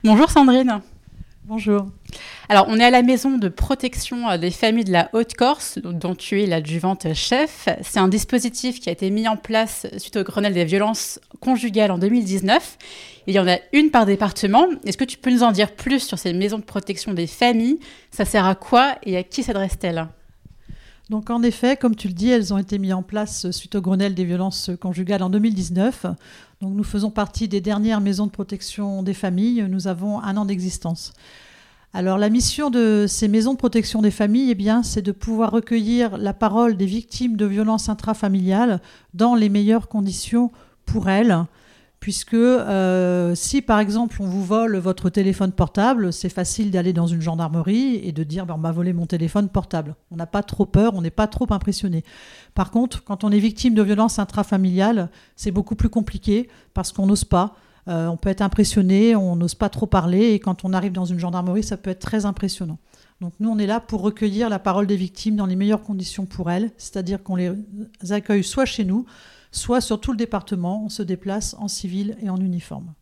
Bonjour Sandrine. Bonjour. Alors, on est à la maison de protection des familles de la Haute-Corse, dont tu es l'adjuvante chef. C'est un dispositif qui a été mis en place suite au Grenelle des violences conjugales en 2019. Il y en a une par département. Est-ce que tu peux nous en dire plus sur ces maisons de protection des familles ? Ça sert à quoi et à qui s'adresse-t-elle ? Donc en effet, comme tu le dis, elles ont été mises en place suite au Grenelle des violences conjugales en 2019. Donc nous faisons partie des dernières maisons de protection des familles. Nous avons 1 an d'existence. Alors la mission de ces maisons de protection des familles, c'est de pouvoir recueillir la parole des victimes de violences intrafamiliales dans les meilleures conditions pour elles. Puisque si par exemple on vous vole votre téléphone portable, c'est facile d'aller dans une gendarmerie et de dire on m'a volé mon téléphone portable. On n'a pas trop peur, on n'est pas trop impressionné. Par contre, quand on est victime de violences intrafamiliales, c'est beaucoup plus compliqué parce qu'on n'ose pas. On peut être impressionné, on n'ose pas trop parler et quand on arrive dans une gendarmerie, ça peut être très impressionnant. Donc nous, on est là pour recueillir la parole des victimes dans les meilleures conditions pour elles, c'est-à-dire qu'on les accueille soit chez nous, soit sur tout le département, on se déplace en civil et en uniforme.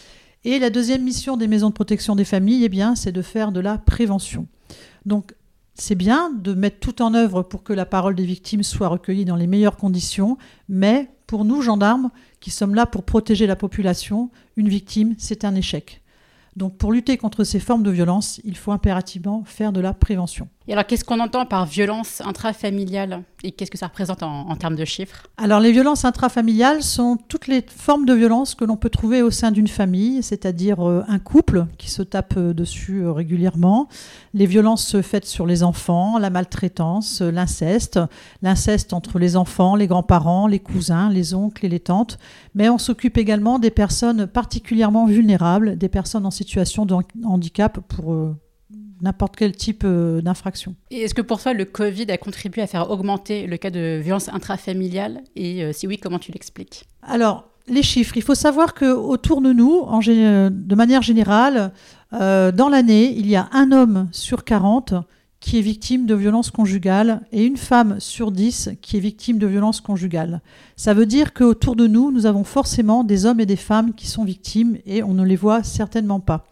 Et la deuxième mission des maisons de protection des familles, c'est de faire de la prévention. Donc, c'est bien de mettre tout en œuvre pour que la parole des victimes soit recueillie dans les meilleures conditions, mais pour nous, gendarmes, qui sommes là pour protéger la population, une victime, c'est un échec. Donc, pour lutter contre ces formes de violence, il faut impérativement faire de la prévention. Et alors, qu'est-ce qu'on entend par violence intrafamiliale et qu'est-ce que ça représente en termes de chiffres ? Alors, les violences intrafamiliales sont toutes les formes de violence que l'on peut trouver au sein d'une famille, c'est-à-dire un couple qui se tape dessus régulièrement, les violences faites sur les enfants, la maltraitance, l'inceste entre les enfants, les grands-parents, les cousins, les oncles et les tantes. Mais on s'occupe également des personnes particulièrement vulnérables, des personnes en situation de handicap pour n'importe quel type d'infraction. Et est-ce que pour toi, le Covid a contribué à faire augmenter le cas de violence intrafamiliale ? Et si oui, comment tu l'expliques ? Alors, les chiffres. Il faut savoir qu'autour de nous, de manière générale, dans l'année, il y a 1 homme sur 40 qui est victime de violences conjugales et 1 femme sur 10 qui est victime de violences conjugales. Ça veut dire qu'autour de nous, nous avons forcément des hommes et des femmes qui sont victimes et on ne les voit certainement pas.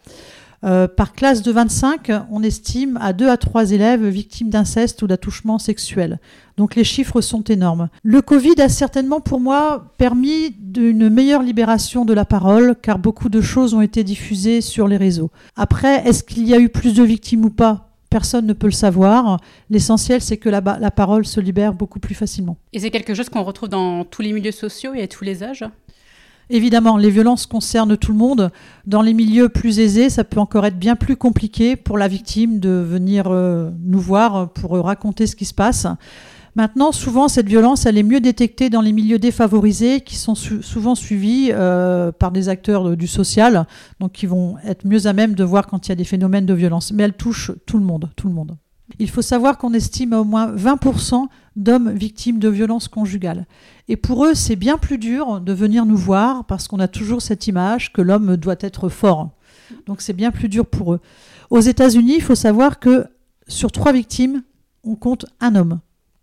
Par classe de 25, on estime à 2 à 3 élèves victimes d'inceste ou d'attouchement sexuel. Donc les chiffres sont énormes. Le Covid a certainement pour moi permis une meilleure libération de la parole car beaucoup de choses ont été diffusées sur les réseaux. Après, est-ce qu'il y a eu plus de victimes ou pas ? Personne ne peut le savoir. L'essentiel, c'est que la parole se libère beaucoup plus facilement. Et c'est quelque chose qu'on retrouve dans tous les milieux sociaux et à tous les âges ? Évidemment, les violences concernent tout le monde. Dans les milieux plus aisés, ça peut encore être bien plus compliqué pour la victime de venir nous voir pour raconter ce qui se passe. Maintenant, souvent, cette violence, elle est mieux détectée dans les milieux défavorisés qui sont souvent suivis par des acteurs du social, donc qui vont être mieux à même de voir quand il y a des phénomènes de violence. Mais elle touche tout le monde. Il faut savoir qu'on estime à au moins 20% d'hommes victimes de violences conjugales. Et pour eux, c'est bien plus dur de venir nous voir parce qu'on a toujours cette image que l'homme doit être fort. Donc c'est bien plus dur pour eux. Aux États-Unis, il faut savoir que sur 3 victimes, on compte 1 homme.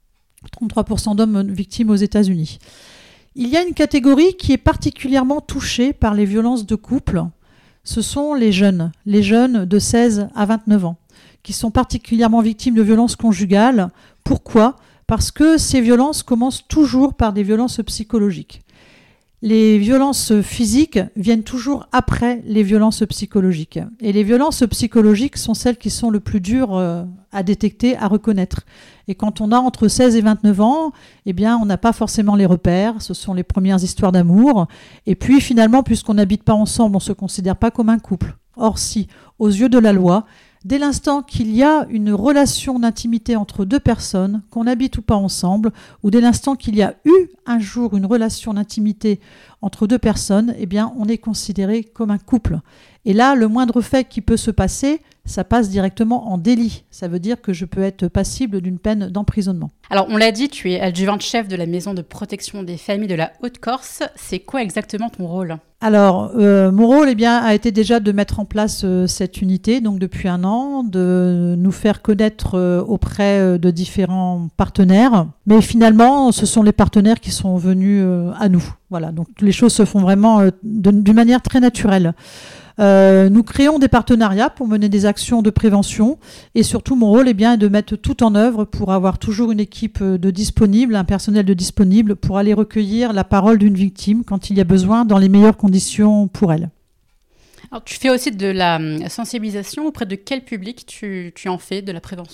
33% d'hommes victimes aux États-Unis. Il y a une catégorie qui est particulièrement touchée par les violences de couple. Ce sont les jeunes de 16 à 29 ans, qui sont particulièrement victimes de violences conjugales. Pourquoi ? Parce que ces violences commencent toujours par des violences psychologiques. Les violences physiques viennent toujours après les violences psychologiques. Et les violences psychologiques sont celles qui sont le plus dures à détecter, à reconnaître. Et quand on a entre 16 et 29 ans, on n'a pas forcément les repères. Ce sont les premières histoires d'amour. Et puis finalement, puisqu'on n'habite pas ensemble, on ne se considère pas comme un couple. Or si, aux yeux de la loi, dès l'instant qu'il y a une relation d'intimité entre 2 personnes, qu'on habite ou pas ensemble, ou dès l'instant qu'il y a eu un jour une relation d'intimité entre 2 personnes, on est considéré comme un couple. Et là, le moindre fait qui peut se passer, ça passe directement en délit. Ça veut dire que je peux être passible d'une peine d'emprisonnement. Alors, on l'a dit, tu es adjuvante chef de la maison de protection des familles de la Haute-Corse. C'est quoi exactement ton rôle ? Alors, mon rôle a été déjà de mettre en place cette unité, donc depuis 1 an, de nous faire connaître auprès de différents partenaires. Mais finalement, ce sont les partenaires qui sont venus à nous. Voilà, donc les choses se font vraiment d'une manière très naturelle. Nous créons des partenariats pour mener des actions de prévention et surtout mon rôle est de mettre tout en œuvre pour avoir toujours une équipe de disponibles, un personnel de disponible pour aller recueillir la parole d'une victime quand il y a besoin dans les meilleures conditions pour elle. Alors, tu fais aussi de la sensibilisation. Auprès de quel public tu en fais de la prévention ?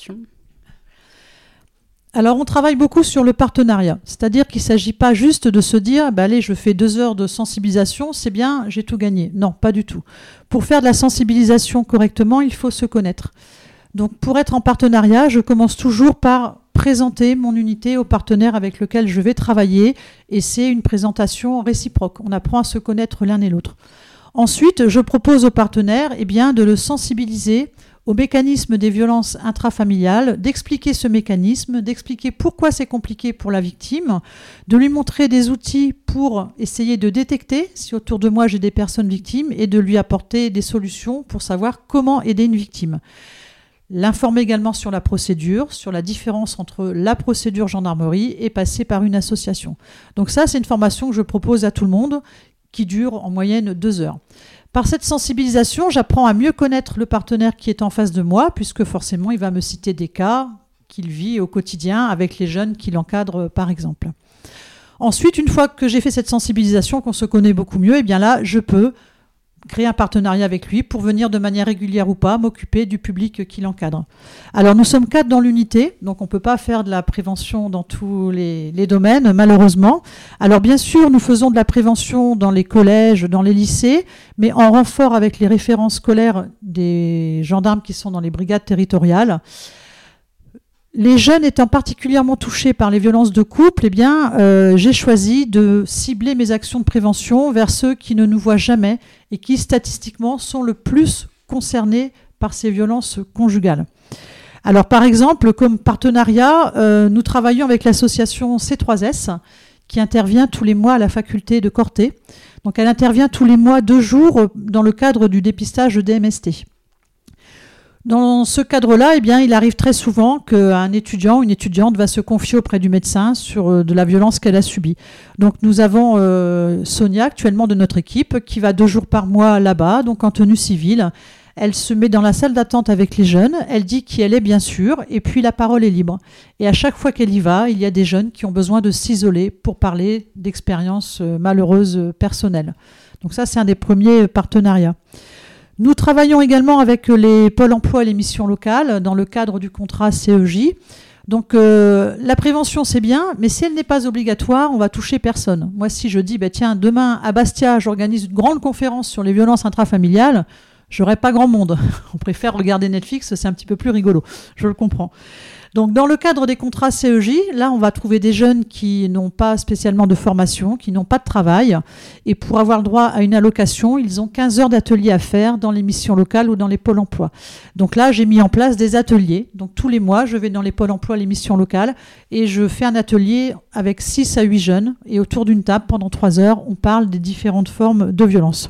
Alors, on travaille beaucoup sur le partenariat. C'est-à-dire qu'il ne s'agit pas juste de se dire allez, je fais 2 heures de sensibilisation, c'est bien, j'ai tout gagné. Non, pas du tout. Pour faire de la sensibilisation correctement, il faut se connaître. Donc, pour être en partenariat, je commence toujours par présenter mon unité au partenaire avec lequel je vais travailler. Et c'est une présentation réciproque. On apprend à se connaître l'un et l'autre. Ensuite, je propose au partenaire de le sensibiliser au mécanisme des violences intrafamiliales, d'expliquer ce mécanisme, d'expliquer pourquoi c'est compliqué pour la victime, de lui montrer des outils pour essayer de détecter si autour de moi j'ai des personnes victimes et de lui apporter des solutions pour savoir comment aider une victime. L'informer également sur la procédure, sur la différence entre la procédure gendarmerie et passer par une association. Donc ça, c'est une formation que je propose à tout le monde qui dure en moyenne 2 heures. Par cette sensibilisation, j'apprends à mieux connaître le partenaire qui est en face de moi, puisque forcément, il va me citer des cas qu'il vit au quotidien avec les jeunes qu'il encadre, par exemple. Ensuite, une fois que j'ai fait cette sensibilisation, qu'on se connaît beaucoup mieux, là, je peux créer un partenariat avec lui pour venir de manière régulière ou pas m'occuper du public qu'il encadre. Alors, nous sommes 4 dans l'unité, donc on ne peut pas faire de la prévention dans tous les domaines, malheureusement. Alors, bien sûr, nous faisons de la prévention dans les collèges, dans les lycées, mais en renfort avec les référents scolaires des gendarmes qui sont dans les brigades territoriales. Les jeunes étant particulièrement touchés par les violences de couple, j'ai choisi de cibler mes actions de prévention vers ceux qui ne nous voient jamais et qui statistiquement sont le plus concernés par ces violences conjugales. Alors par exemple, comme partenariat, nous travaillons avec l'association C3S qui intervient tous les mois à la faculté de Corté. Donc elle intervient tous les mois 2 jours dans le cadre du dépistage des MST. Dans ce cadre-là, il arrive très souvent qu'un étudiant ou une étudiante va se confier auprès du médecin sur de la violence qu'elle a subie. Donc nous avons Sonia actuellement de notre équipe qui va 2 jours par mois là-bas, donc en tenue civile. Elle se met dans la salle d'attente avec les jeunes, elle dit qui elle est bien sûr, et puis la parole est libre. Et à chaque fois qu'elle y va, il y a des jeunes qui ont besoin de s'isoler pour parler d'expériences malheureuses personnelles. Donc ça, c'est un des premiers partenariats. Nous travaillons également avec les pôles emploi et les missions locales dans le cadre du contrat CEJ. Donc la prévention c'est bien, mais si elle n'est pas obligatoire, on va toucher personne. Moi si je dis tiens, demain à Bastia j'organise une grande conférence sur les violences intrafamiliales, j'aurai pas grand monde. On préfère regarder Netflix, c'est un petit peu plus rigolo, je le comprends. Donc dans le cadre des contrats CEJ, là on va trouver des jeunes qui n'ont pas spécialement de formation, qui n'ont pas de travail, et pour avoir le droit à une allocation, ils ont 15 heures d'ateliers à faire dans les missions locales ou dans les pôles emploi. Donc là j'ai mis en place des ateliers, donc tous les mois je vais dans les pôles emploi, les missions locales, et je fais un atelier avec 6 à 8 jeunes, et autour d'une table pendant 3 heures, on parle des différentes formes de violence.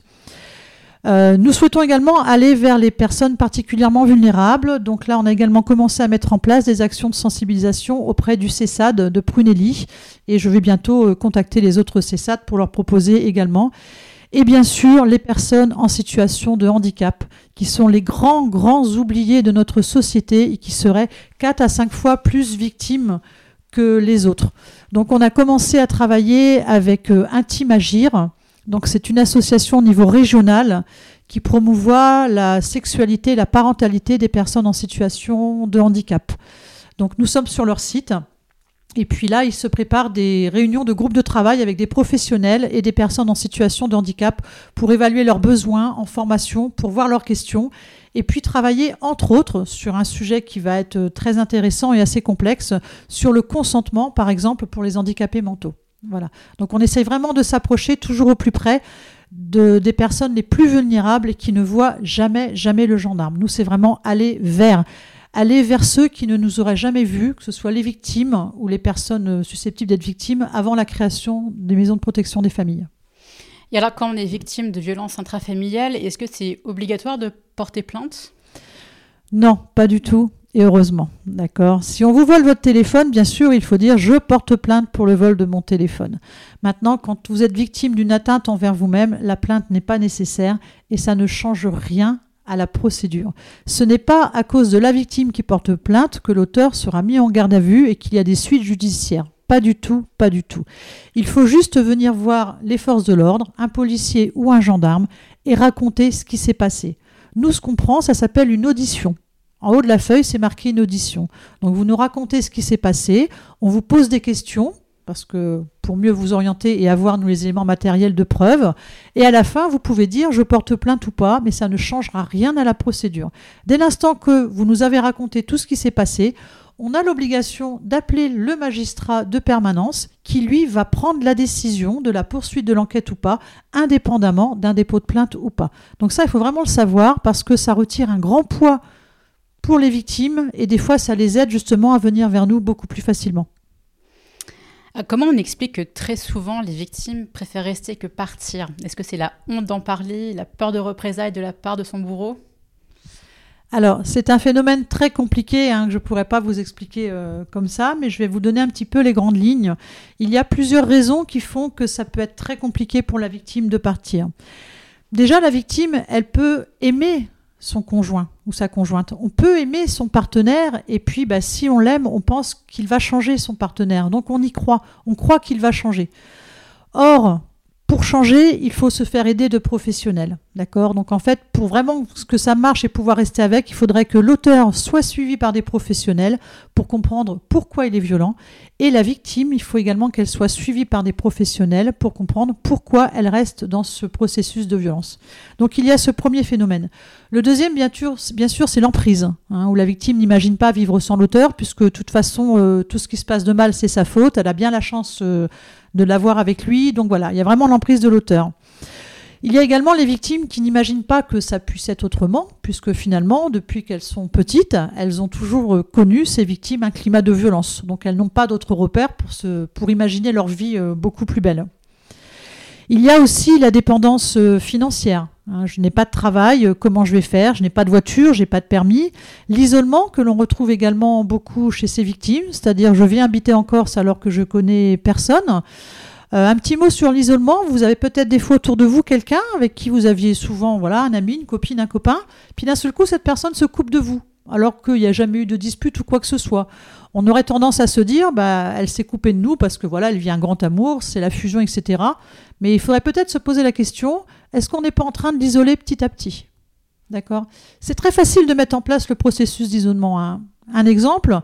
Nous souhaitons également aller vers les personnes particulièrement vulnérables. Donc là, on a également commencé à mettre en place des actions de sensibilisation auprès du CESAD de Prunelli. Et je vais bientôt contacter les autres CESAD pour leur proposer également. Et bien sûr, les personnes en situation de handicap, qui sont les grands oubliés de notre société et qui seraient 4 à 5 fois plus victimes que les autres. Donc on a commencé à travailler avec Intime Agir. Donc c'est une association au niveau régional qui promouvoit la sexualité et la parentalité des personnes en situation de handicap. Donc nous sommes sur leur site et puis là, ils se préparent des réunions de groupes de travail avec des professionnels et des personnes en situation de handicap pour évaluer leurs besoins en formation, pour voir leurs questions et puis travailler entre autres sur un sujet qui va être très intéressant et assez complexe, sur le consentement par exemple pour les handicapés mentaux. Voilà. Donc on essaye vraiment de s'approcher toujours au plus près des personnes les plus vulnérables et qui ne voient jamais le gendarme. Nous, c'est vraiment aller vers ceux qui ne nous auraient jamais vus, que ce soit les victimes ou les personnes susceptibles d'être victimes avant la création des maisons de protection des familles. Et alors, quand on est victime de violences intrafamiliales, est-ce que c'est obligatoire de porter plainte ? Non, pas du tout. Et heureusement, d'accord. Si on vous vole votre téléphone, bien sûr, il faut dire « je porte plainte pour le vol de mon téléphone ». Maintenant, quand vous êtes victime d'une atteinte envers vous-même, la plainte n'est pas nécessaire et ça ne change rien à la procédure. Ce n'est pas à cause de la victime qui porte plainte que l'auteur sera mis en garde à vue et qu'il y a des suites judiciaires. Pas du tout, pas du tout. Il faut juste venir voir les forces de l'ordre, un policier ou un gendarme, et raconter ce qui s'est passé. Nous, ce qu'on prend, ça s'appelle une audition. En haut de la feuille, c'est marqué une audition. Donc vous nous racontez ce qui s'est passé, on vous pose des questions, parce que pour mieux vous orienter et avoir nous les éléments matériels de preuve, et à la fin, vous pouvez dire je porte plainte ou pas, mais ça ne changera rien à la procédure. Dès l'instant que vous nous avez raconté tout ce qui s'est passé, on a l'obligation d'appeler le magistrat de permanence qui, lui, va prendre la décision de la poursuite de l'enquête ou pas, indépendamment d'un dépôt de plainte ou pas. Donc ça, il faut vraiment le savoir parce que ça retire un grand poids pour les victimes et des fois, ça les aide justement à venir vers nous beaucoup plus facilement. Comment on explique que très souvent, les victimes préfèrent rester que partir ? Est-ce que c'est la honte d'en parler, la peur de représailles de la part de son bourreau ? Alors, c'est un phénomène très compliqué que je ne pourrais pas vous expliquer comme ça, mais je vais vous donner un petit peu les grandes lignes. Il y a plusieurs raisons qui font que ça peut être très compliqué pour la victime de partir. Déjà, la victime, elle peut aimer son conjoint ou sa conjointe. On peut aimer son partenaire et puis si on l'aime, on pense qu'il va changer son partenaire. Donc on y croit, on croit qu'il va changer. Or, pour changer, il faut se faire aider de professionnels. D'accord ? Donc en fait, pour vraiment que ça marche et pouvoir rester avec, il faudrait que l'auteur soit suivi par des professionnels pour comprendre pourquoi il est violent. Et la victime, il faut également qu'elle soit suivie par des professionnels pour comprendre pourquoi elle reste dans ce processus de violence. Donc il y a ce premier phénomène. Le deuxième, bien sûr, c'est l'emprise, où la victime n'imagine pas vivre sans l'auteur, puisque de toute façon, tout ce qui se passe de mal, c'est sa faute. Elle a bien la chance de l'avoir avec lui. Donc voilà, il y a vraiment l'emprise de l'auteur. Il y a également les victimes qui n'imaginent pas que ça puisse être autrement, puisque finalement, depuis qu'elles sont petites, elles ont toujours connu, ces victimes, un climat de violence. Donc elles n'ont pas d'autres repères pour imaginer leur vie beaucoup plus belle. Il y a aussi la dépendance financière. Je n'ai pas de travail, comment je vais faire ? Je n'ai pas de voiture, je n'ai pas de permis. L'isolement que l'on retrouve également beaucoup chez ces victimes, c'est-à-dire je viens habiter en Corse alors que je connais personne. Un petit mot sur l'isolement. Vous avez peut-être des fois autour de vous quelqu'un avec qui vous aviez souvent un ami, une copine, un copain. Puis d'un seul coup, cette personne se coupe de vous alors qu'il n'y a jamais eu de dispute ou quoi que ce soit. On aurait tendance à se dire, elle s'est coupée de nous parce que elle vit un grand amour, c'est la fusion, etc. Mais il faudrait peut-être se poser la question, est-ce qu'on n'est pas en train de l'isoler petit à petit ? D'accord ? C'est très facile de mettre en place le processus d'isolement. Un exemple,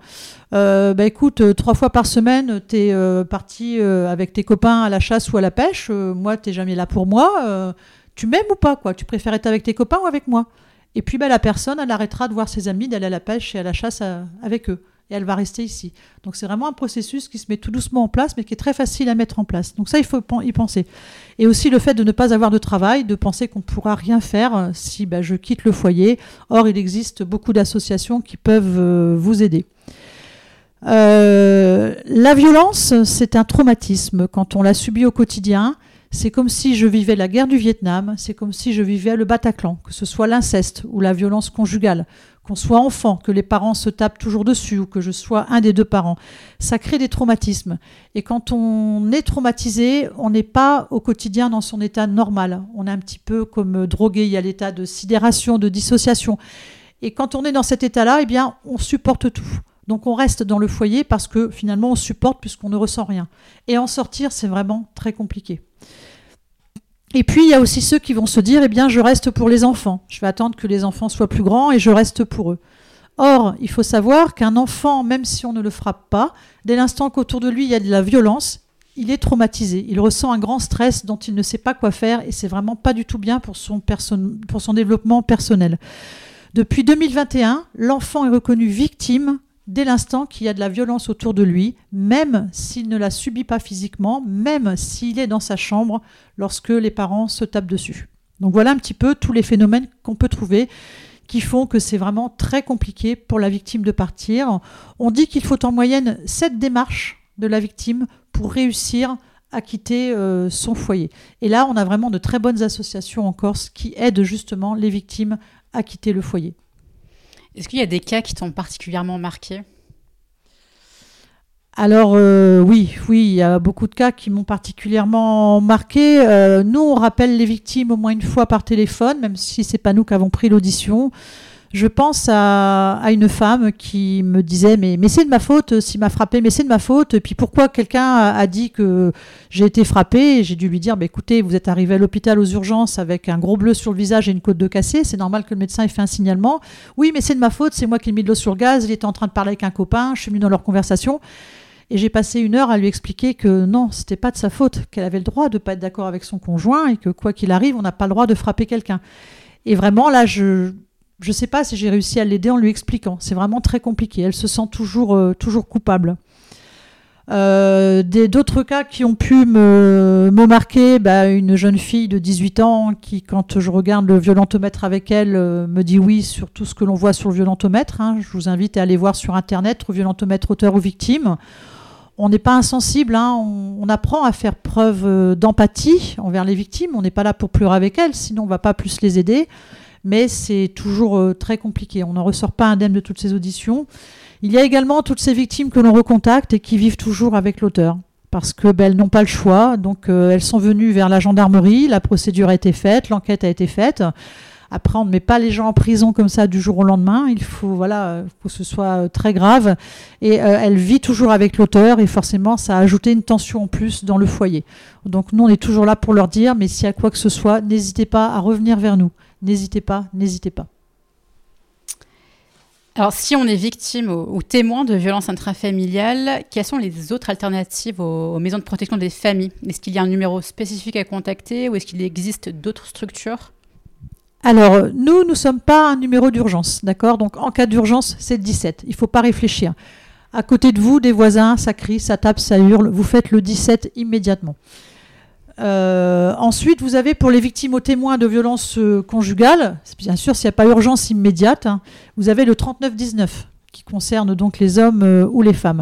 écoute, 3 fois par semaine, tu es parti avec tes copains à la chasse ou à la pêche. Moi, tu n'es jamais là pour moi. Tu m'aimes ou pas, quoi ? Tu préfères être avec tes copains ou avec moi ? Et puis la personne, elle arrêtera de voir ses amis, d'aller à la pêche et à la chasse avec eux. Et elle va rester ici. Donc c'est vraiment un processus qui se met tout doucement en place, mais qui est très facile à mettre en place. Donc ça, il faut y penser. Et aussi le fait de ne pas avoir de travail, de penser qu'on ne pourra rien faire si je quitte le foyer. Or, il existe beaucoup d'associations qui peuvent vous aider. La violence, c'est un traumatisme. Quand on l'a subi au quotidien, c'est comme si je vivais la guerre du Vietnam, c'est comme si je vivais le Bataclan, que ce soit l'inceste ou la violence conjugale, qu'on soit enfant, que les parents se tapent toujours dessus ou que je sois un des 2 parents. Ça crée des traumatismes. Et quand on est traumatisé, on n'est pas au quotidien dans son état normal. On est un petit peu comme drogué, il y a l'état de sidération, de dissociation. Et quand on est dans cet état-là, on supporte tout. Donc on reste dans le foyer parce que finalement on supporte puisqu'on ne ressent rien. Et en sortir, c'est vraiment très compliqué. Et puis, il y a aussi ceux qui vont se dire, je reste pour les enfants. Je vais attendre que les enfants soient plus grands et je reste pour eux. Or, il faut savoir qu'un enfant, même si on ne le frappe pas, dès l'instant qu'autour de lui, il y a de la violence, il est traumatisé. Il ressent un grand stress dont il ne sait pas quoi faire et c'est vraiment pas du tout bien pour son développement personnel. Depuis 2021, l'enfant est reconnu victime dès l'instant qu'il y a de la violence autour de lui, même s'il ne la subit pas physiquement, même s'il est dans sa chambre lorsque les parents se tapent dessus. Donc voilà un petit peu tous les phénomènes qu'on peut trouver qui font que c'est vraiment très compliqué pour la victime de partir. On dit qu'il faut en moyenne 7 démarches de la victime pour réussir à quitter son foyer. Et là, on a vraiment de très bonnes associations en Corse qui aident justement les victimes à quitter le foyer. Est-ce qu'il y a des cas qui t'ont particulièrement marqué? Alors oui, il y a beaucoup de cas qui m'ont particulièrement marqué. Nous, on rappelle les victimes au moins une fois par téléphone, même si c'est pas nous qui avons pris l'audition. Je pense à une femme qui me disait mais c'est de ma faute s'il m'a frappé, mais c'est de ma faute. Et puis pourquoi quelqu'un a dit que j'ai été frappée? Et j'ai dû lui dire écoutez, vous êtes arrivé à l'hôpital aux urgences avec un gros bleu sur le visage et une côte de cassée, c'est normal que le médecin ait fait un signalement. Oui, mais c'est de ma faute, c'est moi qui ai mis de l'eau sur le gaz, il était en train de parler avec un copain, je suis venue dans leur conversation. Et j'ai passé 1 heure à lui expliquer que non, c'était pas de sa faute, qu'elle avait le droit de pas être d'accord avec son conjoint et que quoi qu'il arrive, on n'a pas le droit de frapper quelqu'un. Et vraiment, là, je sais pas si j'ai réussi à l'aider en lui expliquant. C'est vraiment très compliqué. Elle se sent toujours coupable. D'autres cas qui ont pu me marquer, une jeune fille de 18 ans qui, quand je regarde le violentomètre avec elle, me dit oui sur tout ce que l'on voit sur le violentomètre. Je vous invite à aller voir sur Internet, violentomètre auteur ou victime. On n'est pas insensible, on apprend à faire preuve d'empathie envers les victimes. On n'est pas là pour pleurer avec elles, sinon on ne va pas plus les aider. Mais c'est toujours très compliqué. On n'en ressort pas indemne de toutes ces auditions. Il y a également toutes ces victimes que l'on recontacte et qui vivent toujours avec l'auteur. Parce qu'elles n'ont pas le choix. Donc elles sont venues vers la gendarmerie, la procédure a été faite, l'enquête a été faite. Après, on ne met pas les gens en prison comme ça du jour au lendemain. Il faut que ce soit très grave. Et elle vit toujours avec l'auteur et forcément, ça a ajouté une tension en plus dans le foyer. Donc nous, on est toujours là pour leur dire, mais s'il y a quoi que ce soit, n'hésitez pas à revenir vers nous. N'hésitez pas. Alors, si on est victime ou témoin de violences intrafamiliales, quelles sont les autres alternatives aux maisons de protection des familles? Est-ce qu'il y a un numéro spécifique à contacter ou est-ce qu'il existe d'autres structures? Alors, nous ne sommes pas un numéro d'urgence, d'accord? Donc, en cas d'urgence, c'est le 17. Il ne faut pas réfléchir. À côté de vous, des voisins, ça crie, ça tape, ça hurle. Vous faites le 17 immédiatement. Ensuite, vous avez pour les victimes ou témoins de violences conjugales, bien sûr, s'il n'y a pas urgence immédiate, vous avez le 3919 qui concerne donc les hommes ou les femmes.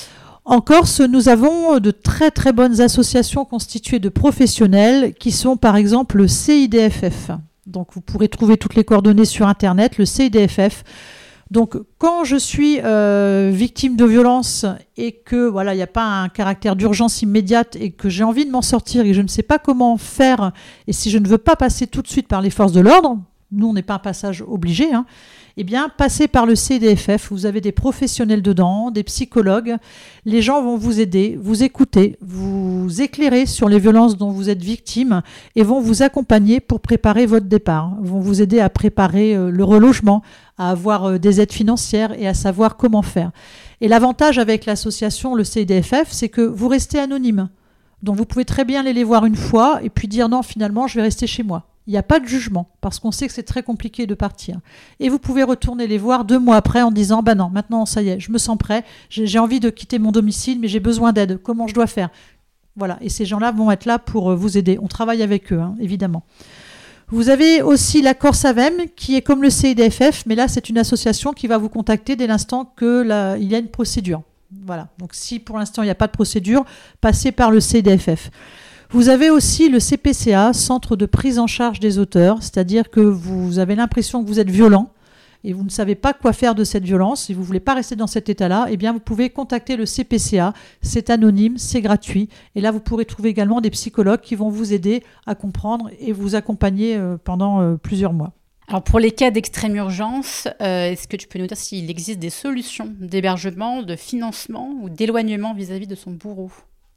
En Corse, nous avons de très très bonnes associations constituées de professionnels qui sont par exemple le CIDFF. Donc vous pourrez trouver toutes les coordonnées sur Internet, le CIDFF. Donc quand je suis victime de violence et que il n'y a pas un caractère d'urgence immédiate et que j'ai envie de m'en sortir et que je ne sais pas comment faire, et si je ne veux pas passer tout de suite par les forces de l'ordre, nous on n'est pas un passage obligé, eh bien, passez par le CDFF, vous avez des professionnels dedans, des psychologues, les gens vont vous aider, vous écouter, vous éclairer sur les violences dont vous êtes victime et vont vous accompagner pour préparer votre départ, vont vous aider à préparer le relogement, à avoir des aides financières et à savoir comment faire. Et l'avantage avec l'association, le CDFF, c'est que vous restez anonyme. Donc vous pouvez très bien aller les voir une fois et puis dire non, finalement, je vais rester chez moi. Il n'y a pas de jugement, parce qu'on sait que c'est très compliqué de partir. Et vous pouvez retourner les voir 2 mois après en disant « non, maintenant, ça y est, je me sens prêt, j'ai envie de quitter mon domicile, mais j'ai besoin d'aide. Comment je dois faire ?» Voilà, et ces gens-là vont être là pour vous aider. On travaille avec eux, évidemment. Vous avez aussi la Corse Avem, qui est comme le CIDFF, mais là, c'est une association qui va vous contacter dès l'instant qu'il y a une procédure. Voilà, donc si pour l'instant, il n'y a pas de procédure, passez par le CIDFF. Vous avez aussi le CPCA, Centre de prise en charge des auteurs, c'est-à-dire que vous avez l'impression que vous êtes violent et vous ne savez pas quoi faire de cette violence et vous ne voulez pas rester dans cet état-là, eh bien vous pouvez contacter le CPCA, c'est anonyme, c'est gratuit et là vous pourrez trouver également des psychologues qui vont vous aider à comprendre et vous accompagner pendant plusieurs mois. Alors pour les cas d'extrême urgence, est-ce que tu peux nous dire s'il existe des solutions d'hébergement, de financement ou d'éloignement vis-à-vis de son bourreau ?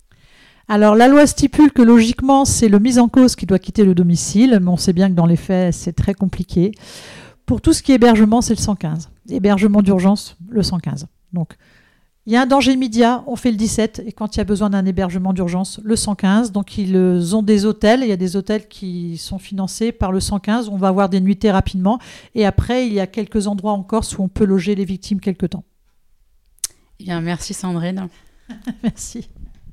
Alors, la loi stipule que logiquement, c'est le mis en cause qui doit quitter le domicile, mais on sait bien que dans les faits, c'est très compliqué. Pour tout ce qui est hébergement, c'est le 115. Hébergement d'urgence, le 115. Donc, il y a un danger immédiat, on fait le 17, et quand il y a besoin d'un hébergement d'urgence, le 115. Donc, ils ont des hôtels, il y a des hôtels qui sont financés par le 115, on va avoir des nuitées rapidement, et après, il y a quelques endroits en Corse où on peut loger les victimes quelque temps. Eh bien, merci Sandrine. Merci.